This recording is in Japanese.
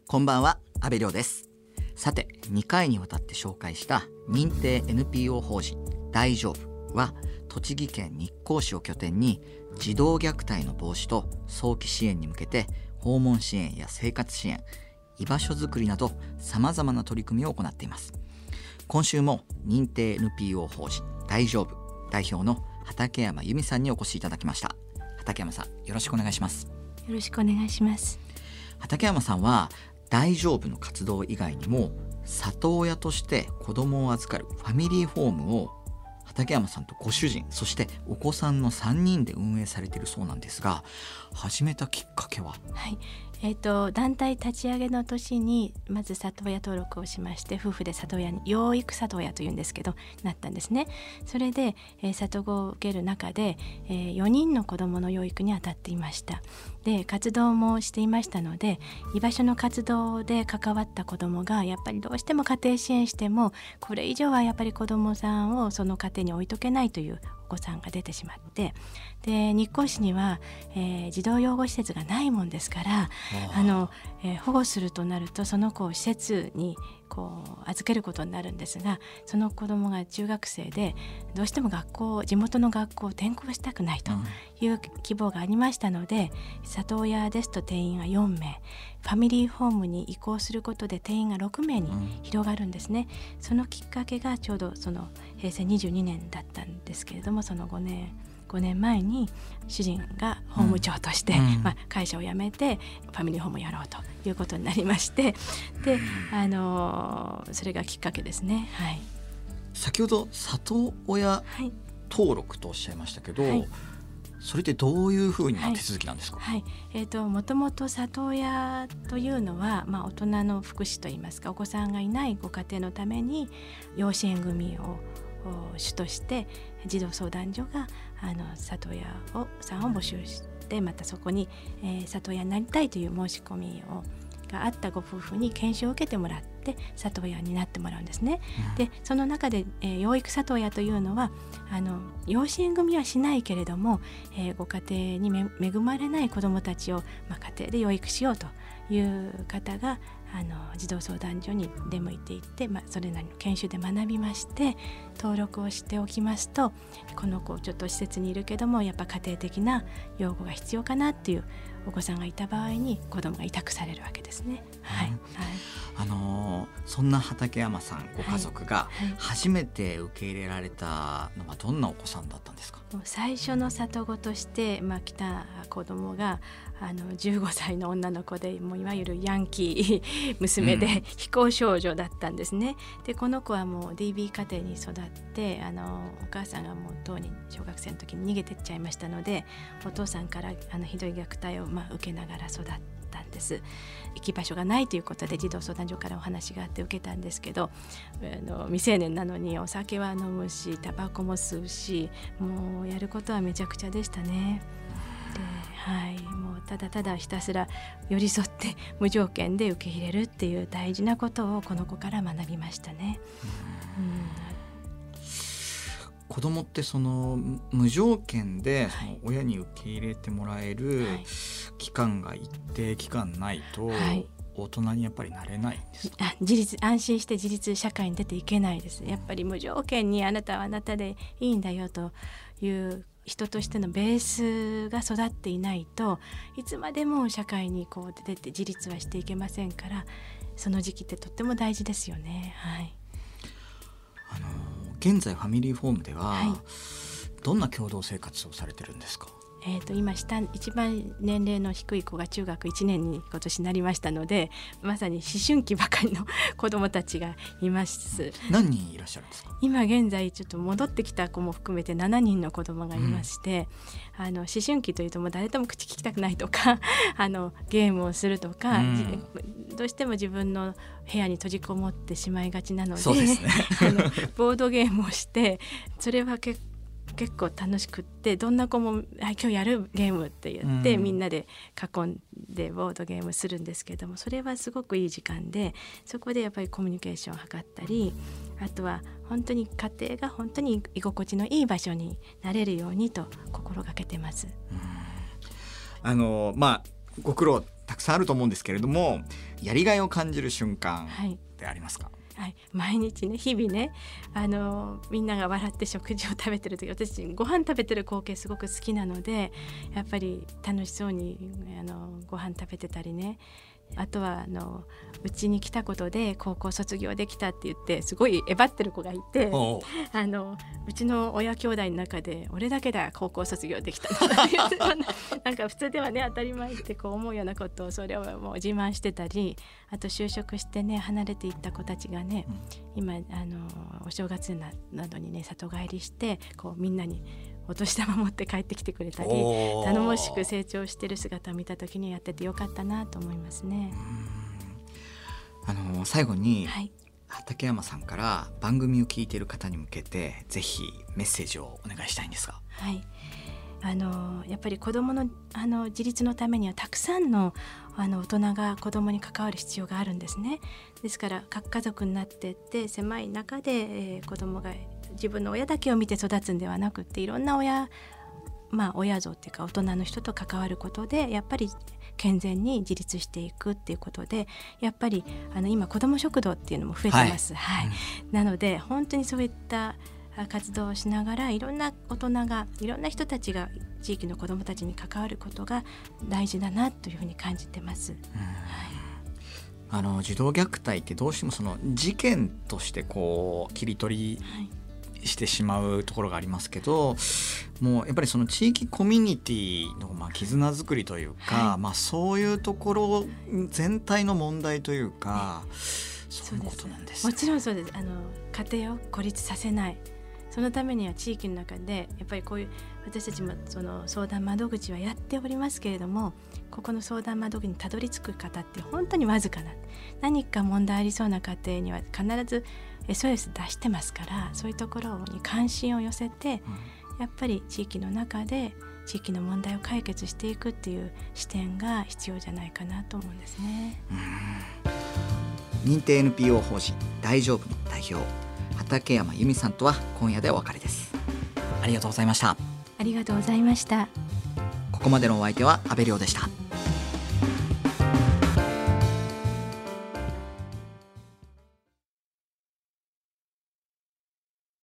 こんばんは、阿部亮です。さて、2回にわたって紹介した認定 NPO 法人大丈夫は、栃木県日光市を拠点に児童虐待の防止と早期支援に向けて訪問支援や生活支援、居場所づくりなどさまざまな取り組みを行っています。今週も認定 NPO 法人大丈夫代表の畠山由美さんにお越しいただきました。畠山さん、よろしくお願いします。 よろしくお願いします。 畠山さんは大丈夫の活動以外にも里親として子供を預かるファミリーホームを畠山さんとご主人、そしてお子さんの3人で運営されているそうなんですが、始めたきっかけは？ はい、団体立ち上げの年にまず里親登録をしまして、夫婦で里親に養育里親というんですけどなったんですね。それで、里子を受ける中で、4人の子どもの養育に当たっていました。で、活動もしていましたので、居場所の活動で関わった子どもがやっぱりどうしても家庭支援してもこれ以上はやっぱり子どもさんをその家庭に置いとけないというお子さんが出てしまって、で日光市には、児童養護施設がないもんですから、保護するとなるとその子を施設に預けることになるんですが、その子どもが中学生でどうしても地元の学校を転校したくないという希望がありましたので、里親ですと定員が4名、ファミリーホームに移行することで定員が6名に広がるんですね。そのきっかけがちょうどその平成22年だったんですけれども、その5年前に主人が法務長として、会社を辞めてファミリーホームをやろうということになりまして、で、それがきっかけですね。はい、 先ほど里親登録とおっしゃいましたけど、それってどういうふうな手続きなんですか？ もともと里親というのは、大人の福祉といいますか、お子さんがいないご家庭のために養子縁組を主として児童相談所が里親さんを募集して、またそこに、里親になりたいという申し込みがあったご夫婦に研修を受けてもらって里親になってもらうんですね。で、その中で、養育里親というのは養子縁組はしないけれども、ご家庭に恵まれない子どもたちを、家庭で養育しようという方が児童相談所に出向いていって、それなりの研修で学びまして、登録をしておきますと、この子ちょっと施設にいるけどもやっぱ家庭的な養護が必要かなっていうお子さんがいた場合に子どもが委託されるわけですね。 そんな畠山さんご家族が初めて受け入れられたのはどんなお子さんだったんですか？ 最初の里子として、来た子どもが15歳の女の子で、もういわゆるヤンキー娘で、非行少女だったんですね。で、この子はもう DB 家庭に育って、お母さんがもうとうに小学生の時に逃げてっちゃいましたので、お父さんからひどい虐待を受けながら育ったんです。行き場所がないということで児童相談所からお話があって受けたんですけど、未成年なのにお酒は飲むしタバコも吸うし、もうやることはめちゃくちゃでしたね。で、もうただただひたすら寄り添って無条件で受け入れるっていう大事なことをこの子から学びましたね。 子供ってその無条件でその親に受け入れてもらえる期間が一定期間ないと大人にやっぱりなれないんですか？ 安心して自立社会に出ていけないです。やっぱり無条件にあなたはあなたでいいんだよという人としてのベースが育っていないといつまでも社会に出て自立はしていけませんから、その時期ってとっても大事ですよね。 現在ファミリーホームでは、どんな共同生活をされてるんですか？ 今一番年齢の低い子が中学1年に今年なりましたので、まさに思春期ばかりの子どもたちがいます。 何人いらっしゃるんですか？ 今現在ちょっと戻ってきた子も含めて7人の子どもがいまして、思春期というともう誰とも口聞きたくないとかゲームをするとか、どうしても自分の部屋に閉じこもってしまいがちなので、 そうですねボードゲームをして、それは結構楽しくって、どんな子も今日やるゲームって言って、みんなで囲んでボードゲームするんですけども、それはすごくいい時間で、そこでやっぱりコミュニケーションを図ったり、あとは本当に家庭が本当に居心地のいい場所になれるようにと心がけてます。 ご苦労たくさんあると思うんですけれども、 やりがいを感じる瞬間はいってありますか？ はい、毎日ね日々ねみんなが笑って食事を食べてる時、私ご飯食べてる光景すごく好きなので、やっぱり楽しそうにご飯食べてたりね、あとはうちに来たことで高校卒業できたって言ってすごいえばってる子がいて、うちの親兄弟の中で俺だけだ高校卒業できたのなんか普通ではね当たり前ってこう思うようなことをそれをもう自慢してたり、あと就職してね離れていった子たちがね、今お正月などにね里帰りしてこうみんなにお年玉持って帰ってきてくれたり、頼もしく成長してる姿を見た時にやっててよかったなと思いますね。 最後に、 はい、 畠山さんから番組を聞いている方に向けてぜひメッセージをお願いしたいんですが。 はい、やっぱり子どもの自立のためにはたくさんの大人が子どもに関わる必要があるんですね。ですから核家族になっていって狭い中で、子どもが自分の親だけを見て育つんではなくて、いろんな親像っていうか大人の人と関わることでやっぱり健全に自立していくっていうことで、やっぱり今子ども食堂っていうのも増えてます、はいはい、なので本当にそういった活動をしながらいろんな大人がいろんな人たちが地域の子どもたちに関わることが大事だなというふうに感じてます、 はい、児童虐待ってどうしてもその事件としてこう切り取りしてしまうところがありますけど、もうやっぱりその地域コミュニティの絆作りというか、そういうところ全体の問題というか、そういうことなんですね。 もちろんそうです。家庭を孤立させない、そのためには地域の中でやっぱりこういう私たちもその相談窓口はやっておりますけれども、ここの相談窓口にたどり着く方って本当にわずかな、何か問題ありそうな家庭には必ず SOS 出してますから、そういうところに関心を寄せて、やっぱり地域の中で地域の問題を解決していくっていう視点が必要じゃないかなと思うんですね。 認定 NPO 法人大丈夫の代表畠山由美さんとは今夜でお別れです。ありがとうございました。 ありがとうございました。 ここまでのお相手は阿部亮でした。